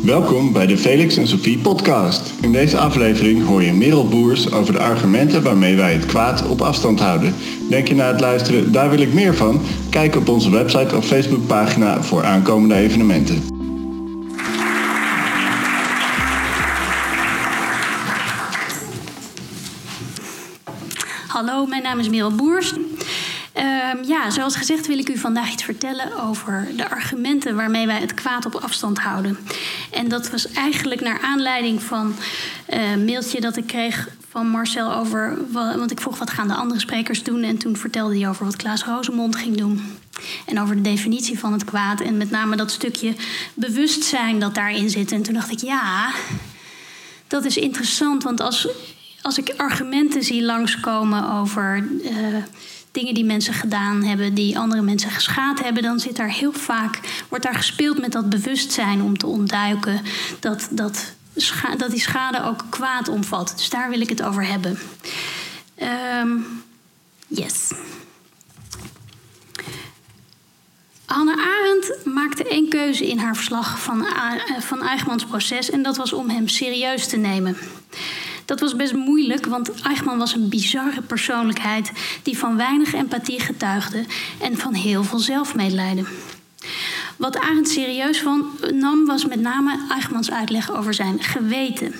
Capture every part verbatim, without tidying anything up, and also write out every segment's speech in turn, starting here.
Welkom bij de Felix en Sophie podcast. In deze aflevering hoor je Merel Boers over de argumenten waarmee wij het kwaad op afstand houden. Denk je na het luisteren, daar wil ik meer van? Kijk op onze website of Facebookpagina voor aankomende evenementen. Hallo, mijn naam is Merel Boers. Uh, ja, zoals gezegd wil ik u vandaag iets vertellen over de argumenten waarmee wij het kwaad op afstand houden. En dat was eigenlijk naar aanleiding van uh, een mailtje dat ik kreeg van Marcel over... want ik vroeg wat gaan de andere sprekers doen en toen vertelde hij over wat Klaas Rosemond ging doen. En over de definitie van het kwaad en met name dat stukje bewustzijn dat daarin zit. En toen dacht ik, ja, dat is interessant, want als, als ik argumenten zie langskomen over... Uh, dingen die mensen gedaan hebben, die andere mensen geschaad hebben, dan zit daar heel vaak, wordt daar gespeeld met dat bewustzijn om te ontduiken dat, dat, scha- dat die schade ook kwaad omvat. Dus daar wil ik het over hebben. Um, yes. Hannah Arendt maakte één keuze in haar verslag van, van Eichmanns proces en dat was om hem serieus te nemen. Dat was best moeilijk, want Eichmann was een bizarre persoonlijkheid die van weinig empathie getuigde en van heel veel zelfmedelijden. Wat Arendt serieus van nam was met name Eichmanns uitleg over zijn geweten.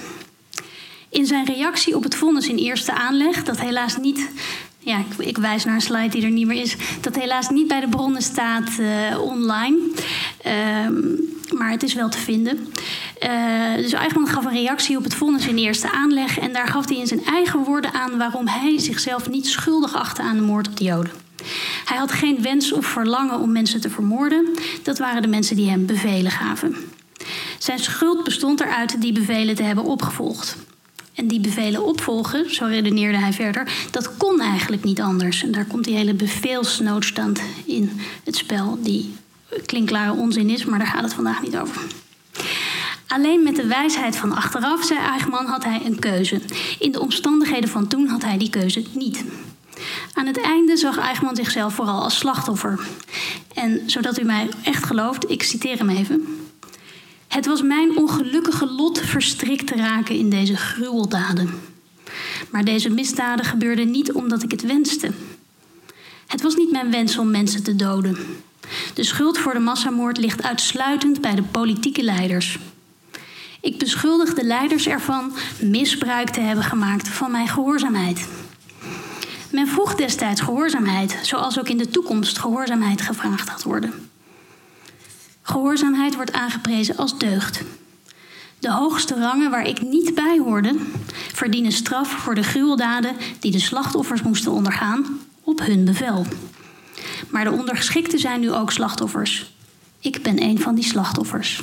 In zijn reactie op het vonnis in eerste aanleg, dat helaas niet... Ja, ik, ik wijs naar een slide die er niet meer is, dat helaas niet bij de bronnen staat uh, online. Um, maar het is wel te vinden. Uh, dus Eichmann gaf een reactie op het vonnis in eerste aanleg en daar gaf hij in zijn eigen woorden aan waarom hij zichzelf niet schuldig achtte aan de moord op de Joden. Hij had geen wens of verlangen om mensen te vermoorden. Dat waren de mensen die hem bevelen gaven. Zijn schuld bestond eruit die bevelen te hebben opgevolgd. En die bevelen opvolgen, zo redeneerde hij verder, dat kon eigenlijk niet anders. En daar komt die hele beveelsnoodstand in het spel, die klinkklare onzin is, maar daar gaat het vandaag niet over. Alleen met de wijsheid van achteraf, zei Eichmann, had hij een keuze. In de omstandigheden van toen had hij die keuze niet. Aan het einde zag Eichmann zichzelf vooral als slachtoffer. En zodat u mij echt gelooft, ik citeer hem even. Het was mijn ongelukkige lot verstrikt te raken in deze gruweldaden. Maar deze misdaden gebeurden niet omdat ik het wenste. Het was niet mijn wens om mensen te doden. De schuld voor de massamoord ligt uitsluitend bij de politieke leiders. Ik beschuldig de leiders ervan misbruik te hebben gemaakt van mijn gehoorzaamheid. Men vroeg destijds gehoorzaamheid, zoals ook in de toekomst gehoorzaamheid gevraagd gaat worden. Gehoorzaamheid wordt aangeprezen als deugd. De hoogste rangen waar ik niet bij hoorde, verdienen straf voor de gruweldaden die de slachtoffers moesten ondergaan op hun bevel. Maar de ondergeschikten zijn nu ook slachtoffers. Ik ben een van die slachtoffers.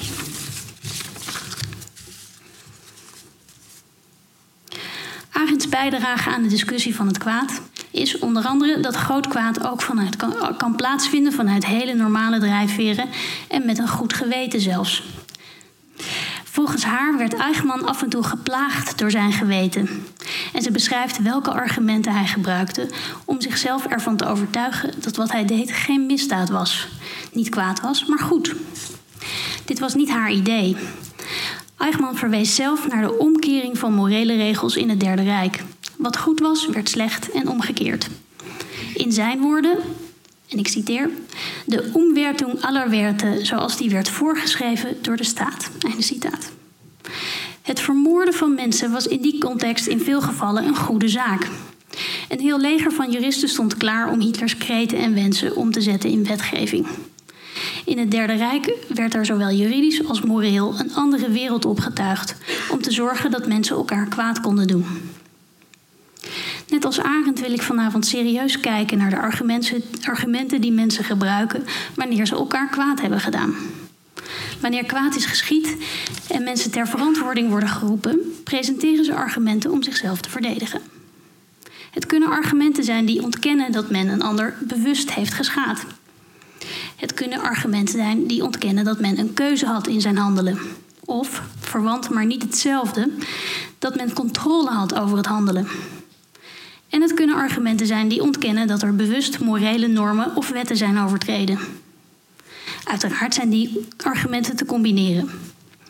Arendts bijdrage aan de discussie van het kwaad is onder andere dat groot kwaad ook vanuit kan, kan plaatsvinden vanuit hele normale drijfveren en met een goed geweten zelfs. Volgens haar werd Eichmann af en toe geplaagd door zijn geweten. En ze beschrijft welke argumenten hij gebruikte om zichzelf ervan te overtuigen dat wat hij deed geen misdaad was. Niet kwaad was, maar goed. Dit was niet haar idee. Eichmann verwees zelf naar de omkering van morele regels in het Derde Rijk. Wat goed was, werd slecht en omgekeerd. In zijn woorden, en ik citeer, de Umwertung aller Werte zoals die werd voorgeschreven door de staat. Einde citaat. Het vermoorden van mensen was in die context in veel gevallen een goede zaak. Een heel leger van juristen stond klaar om Hitlers kreten en wensen om te zetten in wetgeving. In het Derde Rijk werd er zowel juridisch als moreel een andere wereld opgetuigd om te zorgen dat mensen elkaar kwaad konden doen. Net als Arendt wil ik vanavond serieus kijken naar de argumenten, argumenten die mensen gebruiken wanneer ze elkaar kwaad hebben gedaan. Wanneer kwaad is geschied en mensen ter verantwoording worden geroepen, presenteren ze argumenten om zichzelf te verdedigen. Het kunnen argumenten zijn die ontkennen dat men een ander bewust heeft geschaad. Het kunnen argumenten zijn die ontkennen dat men een keuze had in zijn handelen. Of, verwant maar niet hetzelfde, dat men controle had over het handelen. En het kunnen argumenten zijn die ontkennen dat er bewust morele normen of wetten zijn overtreden. Uiteraard zijn die argumenten te combineren.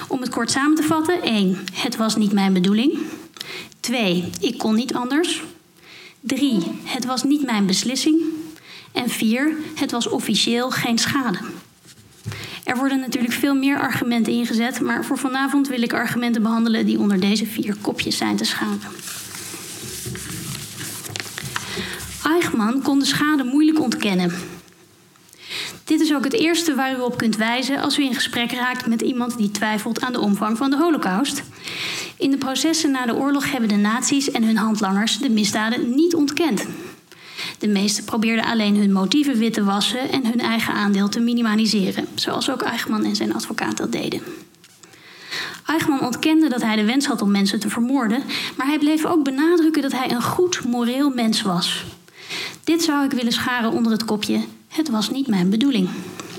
Om het kort samen te vatten: één. Het was niet mijn bedoeling. twee. Ik kon niet anders. drie. Het was niet mijn beslissing. En vier. Het was officieel geen schade. Er worden natuurlijk veel meer argumenten ingezet, maar voor vanavond wil ik argumenten behandelen die onder deze vier kopjes zijn te scharen. Eichmann kon de schade moeilijk ontkennen. Dit is ook het eerste waar u op kunt wijzen als u in gesprek raakt met iemand die twijfelt aan de omvang van de Holocaust. In de processen na de oorlog hebben de nazi's en hun handlangers de misdaden niet ontkend. De meesten probeerden alleen hun motieven wit te wassen en hun eigen aandeel te minimaliseren, zoals ook Eichmann en zijn advocaat dat deden. Eichmann ontkende dat hij de wens had om mensen te vermoorden, maar hij bleef ook benadrukken dat hij een goed, moreel mens was. Dit zou ik willen scharen onder het kopje: het was niet mijn bedoeling.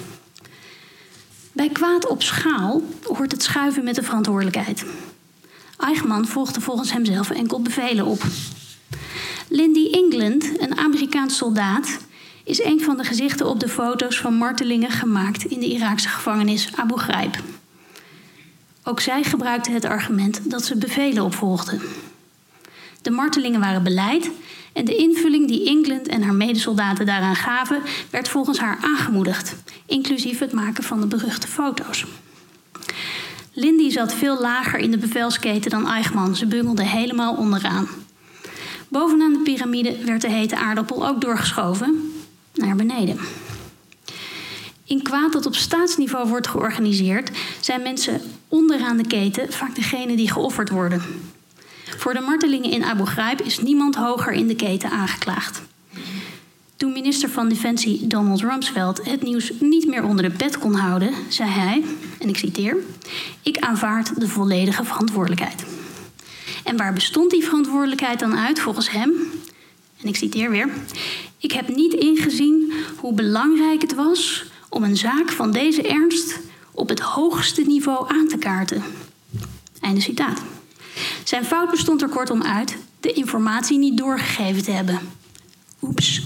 Bij kwaad op schaal hoort het schuiven met de verantwoordelijkheid. Eichmann volgde volgens hemzelf enkel bevelen op. Lindy England, een Amerikaans soldaat, is een van de gezichten op de foto's van martelingen gemaakt in de Iraakse gevangenis Abu Ghraib. Ook zij gebruikte het argument dat ze bevelen opvolgden. De martelingen waren beleid en de invulling die England en haar medesoldaten daaraan gaven werd volgens haar aangemoedigd, inclusief het maken van de beruchte foto's. Lindy zat veel lager in de bevelsketen dan Eichmann, ze bungelde helemaal onderaan. Bovenaan de piramide werd de hete aardappel ook doorgeschoven naar beneden. In kwaad dat op staatsniveau wordt georganiseerd, zijn mensen onderaan de keten vaak degene die geofferd worden. Voor de martelingen in Abu Ghraib is niemand hoger in de keten aangeklaagd. Toen minister van Defensie Donald Rumsfeld het nieuws niet meer onder de pet kon houden, zei hij, en ik citeer: "Ik aanvaard de volledige verantwoordelijkheid." En waar bestond die verantwoordelijkheid dan uit volgens hem? En ik citeer weer: "Ik heb niet ingezien hoe belangrijk het was om een zaak van deze ernst op het hoogste niveau aan te kaarten." Einde citaat. Zijn fout bestond er kortom uit de informatie niet doorgegeven te hebben. Oeps.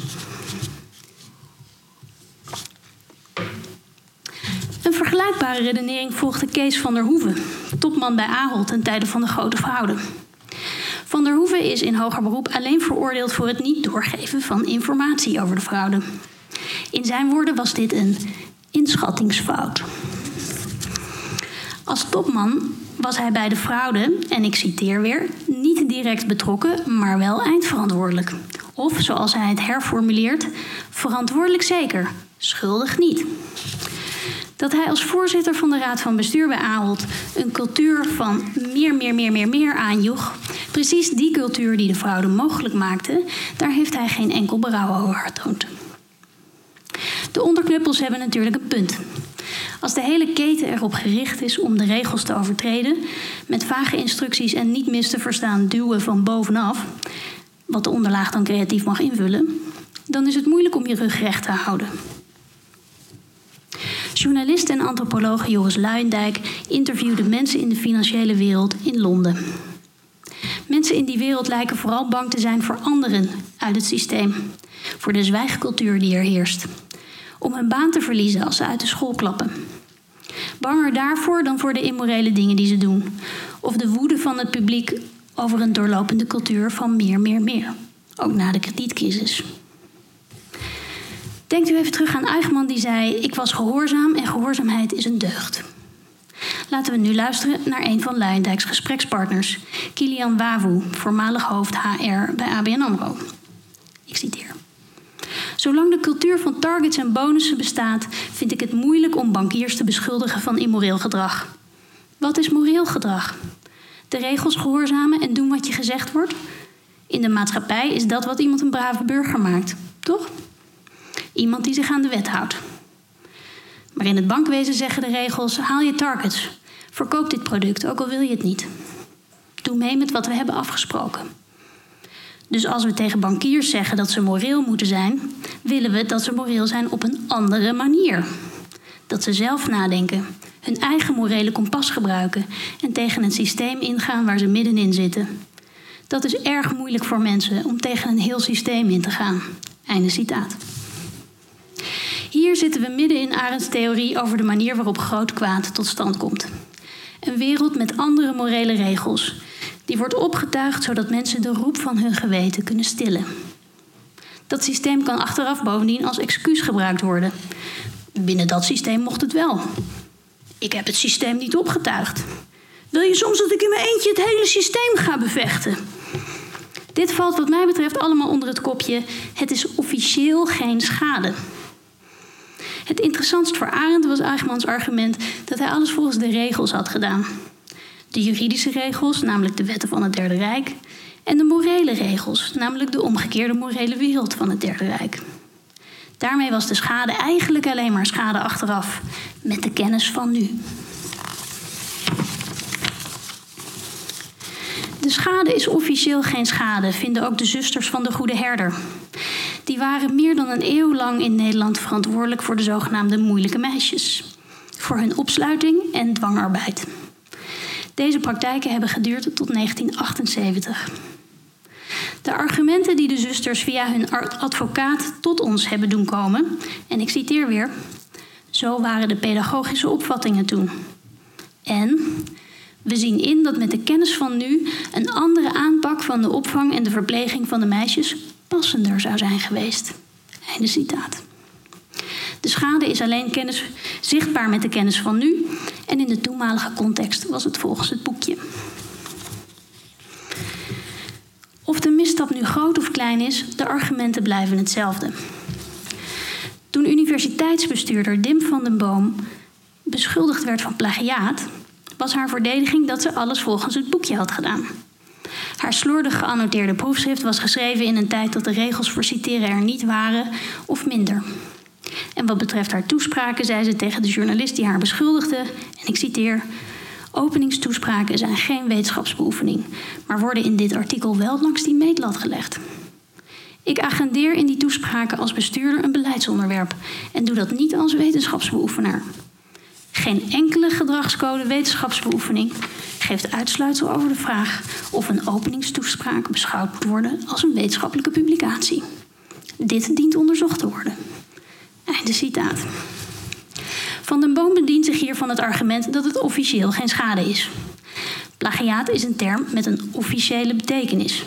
Een vergelijkbare redenering volgde Kees van der Hoeven, topman bij Ahold ten tijde van de grote fraude. Van der Hoeven is in hoger beroep alleen veroordeeld voor het niet doorgeven van informatie over de fraude. In zijn woorden was dit een inschattingsfout. Als topman was hij bij de fraude, en ik citeer weer, niet direct betrokken, maar wel eindverantwoordelijk. Of, zoals hij het herformuleert, verantwoordelijk zeker, schuldig niet. Dat hij als voorzitter van de Raad van Bestuur bij Ahold een cultuur van meer, meer, meer, meer, meer aanjoeg, precies die cultuur die de fraude mogelijk maakte, daar heeft hij geen enkel berouw over getoond. De onderknuppels hebben natuurlijk een punt. Als de hele keten erop gericht is om de regels te overtreden, met vage instructies en niet mis te verstaan duwen van bovenaf, wat de onderlaag dan creatief mag invullen, dan is het moeilijk om je rug recht te houden. Journalist en antropoloog Joris Luijendijk interviewde mensen in de financiële wereld in Londen. Mensen in die wereld lijken vooral bang te zijn voor anderen uit het systeem, voor de zwijgcultuur die er heerst, om hun baan te verliezen als ze uit de school klappen. Banger daarvoor dan voor de immorele dingen die ze doen, of de woede van het publiek over een doorlopende cultuur van meer, meer, meer, ook na de kredietcrisis. Denkt u even terug aan Eichmann die zei: "Ik was gehoorzaam en gehoorzaamheid is een deugd." Laten we nu luisteren naar een van Luijendijks gesprekspartners, Kilian Wawu, voormalig hoofd H R bij A B N AMRO. Ik citeer: "Zolang de cultuur van targets en bonussen bestaat, vind ik het moeilijk om bankiers te beschuldigen van immoreel gedrag. Wat is moreel gedrag? De regels gehoorzamen en doen wat je gezegd wordt? In de maatschappij is dat wat iemand een brave burger maakt, toch? Iemand die zich aan de wet houdt. Maar in het bankwezen zeggen de regels: haal je targets. Verkoop dit product, ook al wil je het niet. Doe mee met wat we hebben afgesproken. Dus als we tegen bankiers zeggen dat ze moreel moeten zijn, willen we dat ze moreel zijn op een andere manier. Dat ze zelf nadenken, hun eigen morele kompas gebruiken en tegen een systeem ingaan waar ze middenin zitten. Dat is erg moeilijk voor mensen om tegen een heel systeem in te gaan." Einde citaat. Hier zitten we midden in Arendts theorie over de manier waarop groot kwaad tot stand komt. Een wereld met andere morele regels. Die wordt opgetuigd zodat mensen de roep van hun geweten kunnen stillen. Dat systeem kan achteraf bovendien als excuus gebruikt worden. Binnen dat systeem mocht het wel. Ik heb het systeem niet opgetuigd. Wil je soms dat ik in mijn eentje het hele systeem ga bevechten? Dit valt wat mij betreft allemaal onder het kopje: het is officieel geen schade. Het interessantst voor Arendt was Eichmanns argument dat hij alles volgens de regels had gedaan. De juridische regels, namelijk de wetten van het Derde Rijk, en de morele regels, namelijk de omgekeerde morele wereld van het Derde Rijk. Daarmee was de schade eigenlijk alleen maar schade achteraf, met de kennis van nu. De schade is officieel geen schade, vinden ook de zusters van de Goede Herder. Die waren meer dan een eeuw lang in Nederland verantwoordelijk voor de zogenaamde moeilijke meisjes. Voor hun opsluiting en dwangarbeid. Deze praktijken hebben geduurd tot negentien achtenzeventig. De argumenten die de zusters via hun advocaat tot ons hebben doen komen, en ik citeer weer: zo waren de pedagogische opvattingen toen. En we zien in dat met de kennis van nu een andere aanpak van de opvang en de verpleging van de meisjes passender zou zijn geweest. Einde citaat. De schade is alleen kennis, zichtbaar met de kennis van nu en in de toenmalige context was het volgens het boekje. Of de misstap nu groot of klein is, de argumenten blijven hetzelfde. Toen universiteitsbestuurder Dim van den Boom beschuldigd werd van plagiaat, was haar verdediging dat ze alles volgens het boekje had gedaan. Haar slordig geannoteerde proefschrift was geschreven in een tijd dat de regels voor citeren er niet waren of minder. En wat betreft haar toespraken zei ze tegen de journalist die haar beschuldigde, en ik citeer: openingstoespraken zijn geen wetenschapsbeoefening, maar worden in dit artikel wel langs die meetlat gelegd. Ik agendeer in die toespraken als bestuurder een beleidsonderwerp en doe dat niet als wetenschapsbeoefenaar. Geen enkele gedragscode wetenschapsbeoefening geeft uitsluitsel over de vraag of een openingstoespraak beschouwd moet worden als een wetenschappelijke publicatie. Dit dient onderzocht te worden. Einde citaat. Van den Boom bedient zich hier van het argument dat het officieel geen schade is. Plagiaat is een term met een officiële betekenis.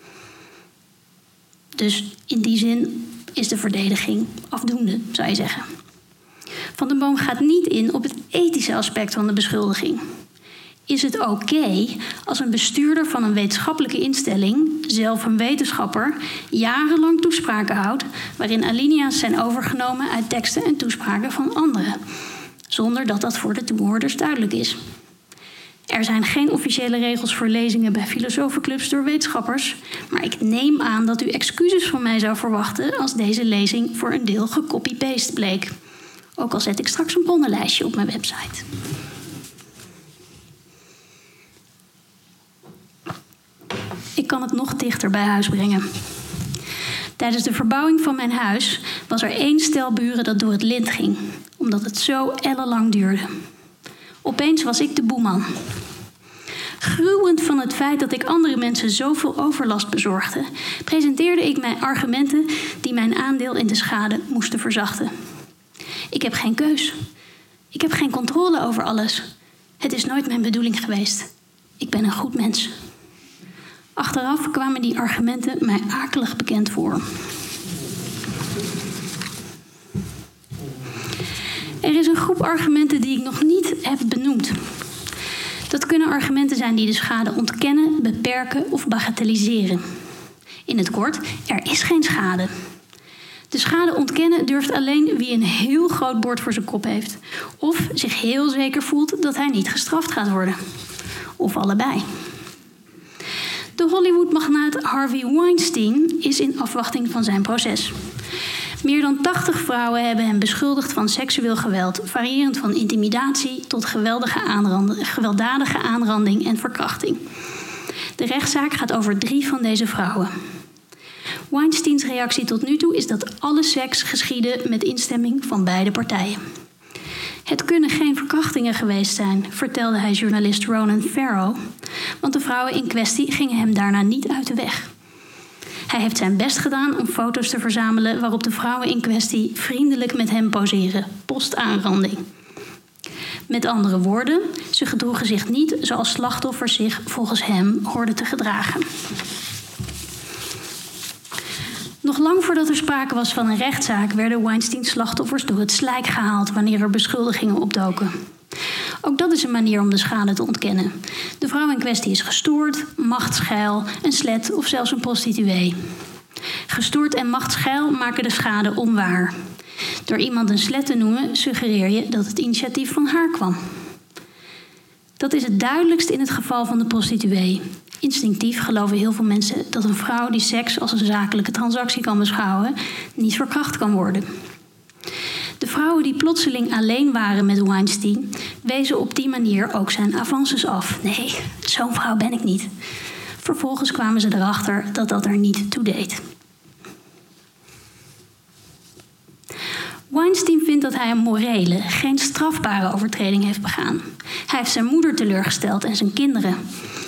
Dus in die zin is de verdediging afdoende, zou je zeggen. Van den Boom gaat niet in op het ethische aspect van de beschuldiging. Is het oké okay als een bestuurder van een wetenschappelijke instelling, zelf een wetenschapper, jarenlang toespraken houdt waarin alinea's zijn overgenomen uit teksten en toespraken van anderen, zonder dat dat voor de toehoorders duidelijk is? Er zijn geen officiële regels voor lezingen bij filosofenclubs door wetenschappers, maar ik neem aan dat u excuses van mij zou verwachten als deze lezing voor een deel gecopy-paste bleek. Ook al zet ik straks een bronnenlijstje op mijn website. Ik kan het nog dichter bij huis brengen. Tijdens de verbouwing van mijn huis was er één stel buren dat door het lint ging, omdat het zo ellenlang duurde. Opeens was ik de boeman. Gruwend van het feit dat ik andere mensen zoveel overlast bezorgde, presenteerde ik mijn argumenten die mijn aandeel in de schade moesten verzachten. Ik heb geen keus. Ik heb geen controle over alles. Het is nooit mijn bedoeling geweest. Ik ben een goed mens. Achteraf kwamen die argumenten mij akelig bekend voor. Er is een groep argumenten die ik nog niet heb benoemd. Dat kunnen argumenten zijn die de schade ontkennen, beperken of bagatelliseren. In het kort, er is geen schade. De schade ontkennen durft alleen wie een heel groot bord voor zijn kop heeft. Of zich heel zeker voelt dat hij niet gestraft gaat worden. Of allebei. De Hollywood-magnaat Harvey Weinstein is in afwachting van zijn proces. Meer dan tachtig vrouwen hebben hem beschuldigd van seksueel geweld, variërend van intimidatie tot geweldige aanrand- gewelddadige aanranding en verkrachting. De rechtszaak gaat over drie van deze vrouwen. Weinsteins reactie tot nu toe is dat alle seks geschiedde met instemming van beide partijen. Het kunnen geen verkrachtingen geweest zijn, vertelde hij journalist Ronan Farrow, want de vrouwen in kwestie gingen hem daarna niet uit de weg. Hij heeft zijn best gedaan om foto's te verzamelen waarop de vrouwen in kwestie vriendelijk met hem poseren, post-aanranding. Met andere woorden, ze gedroegen zich niet zoals slachtoffers zich volgens hem hoorden te gedragen. Nog lang voordat er sprake was van een rechtszaak werden Weinsteins slachtoffers door het slijk gehaald wanneer er beschuldigingen opdoken. Ook dat is een manier om de schade te ontkennen. De vrouw in kwestie is gestoord, machtsgeil, een slet of zelfs een prostituee. Gestoord en machtsgeil maken de schade onwaar. Door iemand een slet te noemen suggereer je dat het initiatief van haar kwam. Dat is het duidelijkst in het geval van de prostituee. Instinctief geloven heel veel mensen dat een vrouw die seks als een zakelijke transactie kan beschouwen, niet verkracht kan worden. De vrouwen die plotseling alleen waren met Weinstein, wezen op die manier ook zijn avances af. Nee, zo'n vrouw ben ik niet. Vervolgens kwamen ze erachter dat dat er niet toe deed. Weinstein vindt dat hij een morele, geen strafbare overtreding heeft begaan. Hij heeft zijn moeder teleurgesteld en zijn kinderen.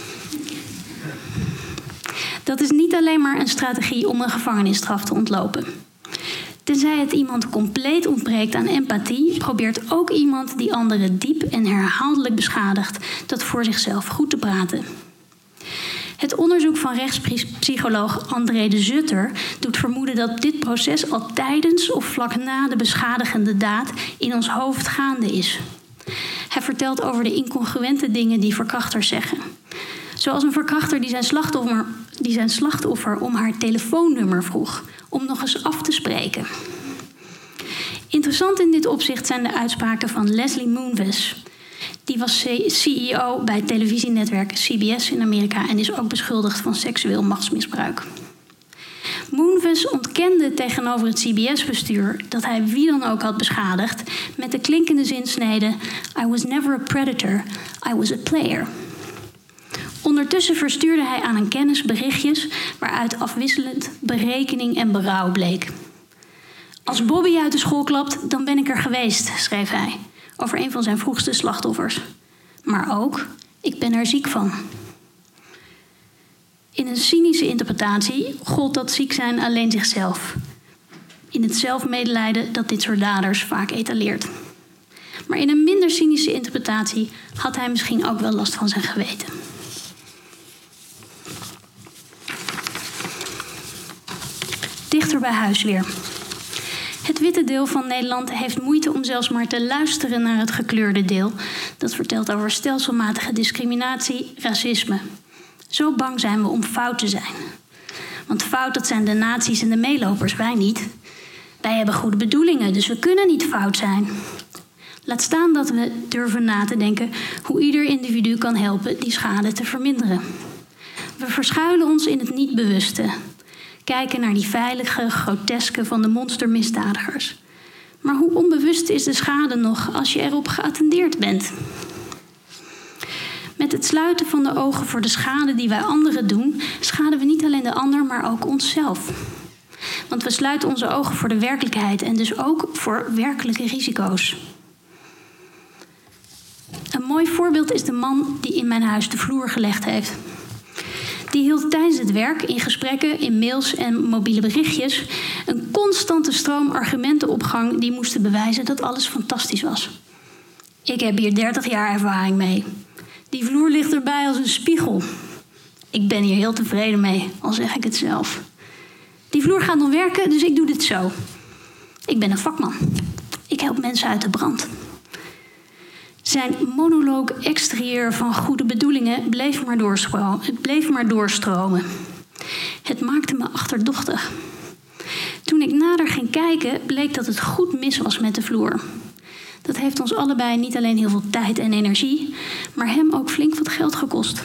Dat is niet alleen maar een strategie om een gevangenisstraf te ontlopen. Tenzij het iemand compleet ontbreekt aan empathie, probeert ook iemand die anderen diep en herhaaldelijk beschadigt dat voor zichzelf goed te praten. Het onderzoek van rechtspsycholoog André de Zutter doet vermoeden dat dit proces al tijdens of vlak na de beschadigende daad in ons hoofd gaande is. Hij vertelt over de incongruente dingen die verkrachters zeggen. Zoals een verkrachter die zijn slachtoffer, die zijn slachtoffer om haar telefoonnummer vroeg, om nog eens af te spreken. Interessant in dit opzicht zijn de uitspraken van Leslie Moonves. Die was C E O bij het televisienetwerk C B S in Amerika en is ook beschuldigd van seksueel machtsmisbruik. Moonves ontkende tegenover het C B S-bestuur dat hij wie dan ook had beschadigd met de klinkende zinsnede: I was never a predator, I was a player. Ondertussen verstuurde hij aan een kennis berichtjes waaruit afwisselend berekening en berouw bleek. Als Bobby uit de school klapt, dan ben ik er geweest, schreef hij over een van zijn vroegste slachtoffers. Maar ook, ik ben er ziek van. In een cynische interpretatie gold dat ziek zijn alleen zichzelf. In het zelfmedelijden dat dit soort daders vaak etaleert. Maar in een minder cynische interpretatie had hij misschien ook wel last van zijn geweten. Dichter bij huis weer. Het witte deel van Nederland heeft moeite om zelfs maar te luisteren naar het gekleurde deel. Dat vertelt over stelselmatige discriminatie, racisme. Zo bang zijn we om fout te zijn. Want fout, dat zijn de nazi's en de meelopers, wij niet. Wij hebben goede bedoelingen, dus we kunnen niet fout zijn. Laat staan dat we durven na te denken hoe ieder individu kan helpen die schade te verminderen. We verschuilen ons in het niet-bewuste. Kijken naar die veilige, groteske van de monstermisdadigers. Maar hoe onbewust is de schade nog als je erop geattendeerd bent? Met het sluiten van de ogen voor de schade die wij anderen doen, schaden we niet alleen de ander, maar ook onszelf. Want we sluiten onze ogen voor de werkelijkheid en dus ook voor werkelijke risico's. Een mooi voorbeeld is de man die in mijn huis de vloer gelegd heeft. Die hield tijdens het werk, in gesprekken, in mails en mobiele berichtjes, een constante stroom argumenten op gang die moesten bewijzen dat alles fantastisch was. Ik heb hier dertig jaar ervaring mee. Die vloer ligt erbij als een spiegel. Ik ben hier heel tevreden mee, al zeg ik het zelf. Die vloer gaat nog werken, dus ik doe dit zo. Ik ben een vakman. Ik help mensen uit de brand. Zijn monoloog exterieur van goede bedoelingen bleef maar, doorstromen. Het bleef maar doorstromen. Het maakte me achterdochtig. Toen ik nader ging kijken, bleek dat het goed mis was met de vloer. Dat heeft ons allebei niet alleen heel veel tijd en energie, maar hem ook flink wat geld gekost.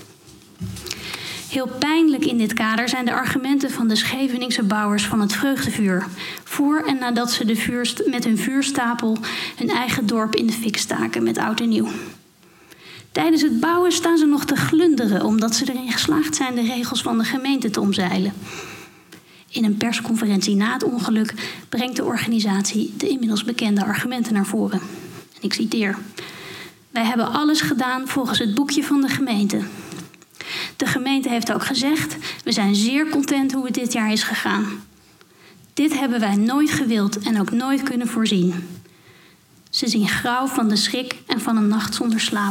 Heel pijnlijk in dit kader zijn de argumenten van de Scheveningse bouwers van het Vreugdevuur, voor en nadat ze de vuurst- met hun vuurstapel hun eigen dorp in de fik staken met oud en nieuw. Tijdens het bouwen staan ze nog te glunderen omdat ze erin geslaagd zijn de regels van de gemeente te omzeilen. In een persconferentie na het ongeluk brengt de organisatie de inmiddels bekende argumenten naar voren. En ik citeer: wij hebben alles gedaan volgens het boekje van de gemeente. De gemeente heeft ook gezegd: we zijn zeer content hoe het dit jaar is gegaan. Dit hebben wij nooit gewild en ook nooit kunnen voorzien. Ze zien grauw van de schrik en van een nacht zonder slaap.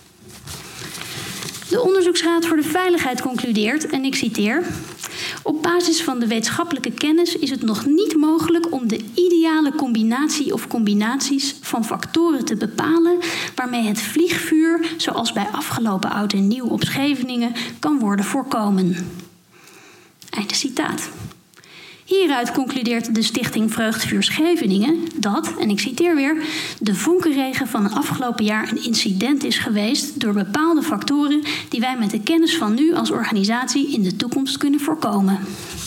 De Onderzoeksraad voor de Veiligheid concludeert, en ik citeer: op basis van de wetenschappelijke kennis is het nog niet mogelijk om de ideale combinatie of combinaties van factoren te bepalen waarmee het vliegvuur, zoals bij afgelopen oud en nieuw op Scheveningen, kan worden voorkomen. Einde citaat. Hieruit concludeert de Stichting Vreugdevuur Scheveningen dat, en ik citeer weer, de vonkenregen van het afgelopen jaar een incident is geweest door bepaalde factoren die wij met de kennis van nu als organisatie in de toekomst kunnen voorkomen.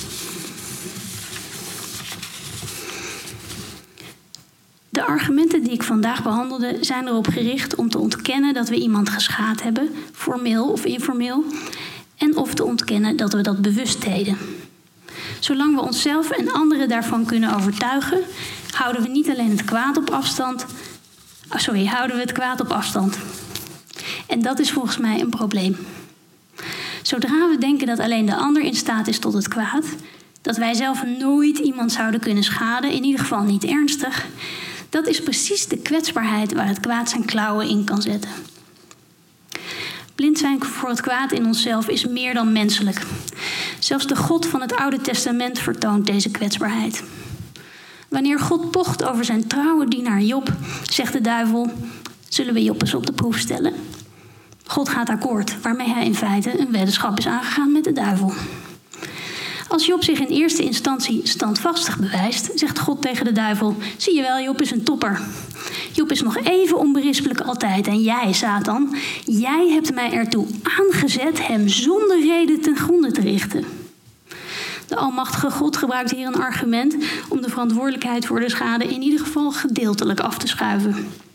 De argumenten die ik vandaag behandelde zijn erop gericht om te ontkennen dat we iemand geschaad hebben, formeel of informeel, en of te ontkennen dat we dat bewust deden. Zolang we onszelf en anderen daarvan kunnen overtuigen, houden we niet alleen het kwaad op afstand, oh sorry, houden we het kwaad op afstand. En dat is volgens mij een probleem. Zodra we denken dat alleen de ander in staat is tot het kwaad, dat wij zelf nooit iemand zouden kunnen schaden, in ieder geval niet ernstig, dat is precies de kwetsbaarheid waar het kwaad zijn klauwen in kan zetten. Blind zijn voor het kwaad in onszelf is meer dan menselijk. Zelfs de God van het Oude Testament vertoont deze kwetsbaarheid. Wanneer God pocht over zijn trouwe dienaar Job, zegt de duivel: zullen we Job eens op de proef stellen? God gaat akkoord, waarmee hij in feite een weddenschap is aangegaan met de duivel. Als Job zich in eerste instantie standvastig bewijst, zegt God tegen de duivel: zie je wel, Job is een topper. Job is nog even onberispelijk altijd. En jij, Satan, jij hebt mij ertoe aangezet hem zonder reden ten gronde te richten. De almachtige God gebruikt hier een argument om de verantwoordelijkheid voor de schade in ieder geval gedeeltelijk af te schuiven.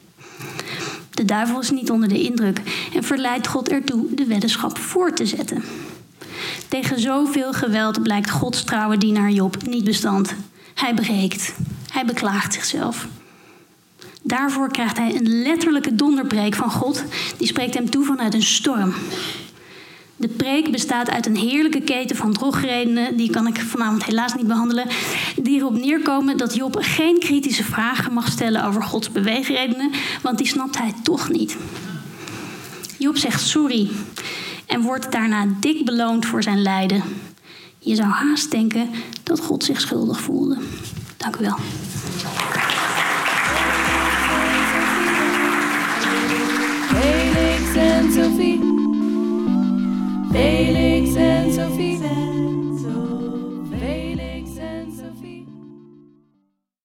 De duivel is niet onder de indruk en verleidt God ertoe de weddenschap voort te zetten. Tegen zoveel geweld blijkt Gods trouwe dienaar Job niet bestand. Hij breekt. Hij beklaagt zichzelf. Daarvoor krijgt hij een letterlijke donderpreek van God. Die spreekt hem toe vanuit een storm. De preek bestaat uit een heerlijke keten van drogredenen. Die kan ik vanavond helaas niet behandelen. Die erop neerkomen dat Job geen kritische vragen mag stellen over Gods beweegredenen. Want die snapt hij toch niet. Job zegt sorry. En wordt daarna dik beloond voor zijn lijden. Je zou haast denken dat God zich schuldig voelde. Dank u wel.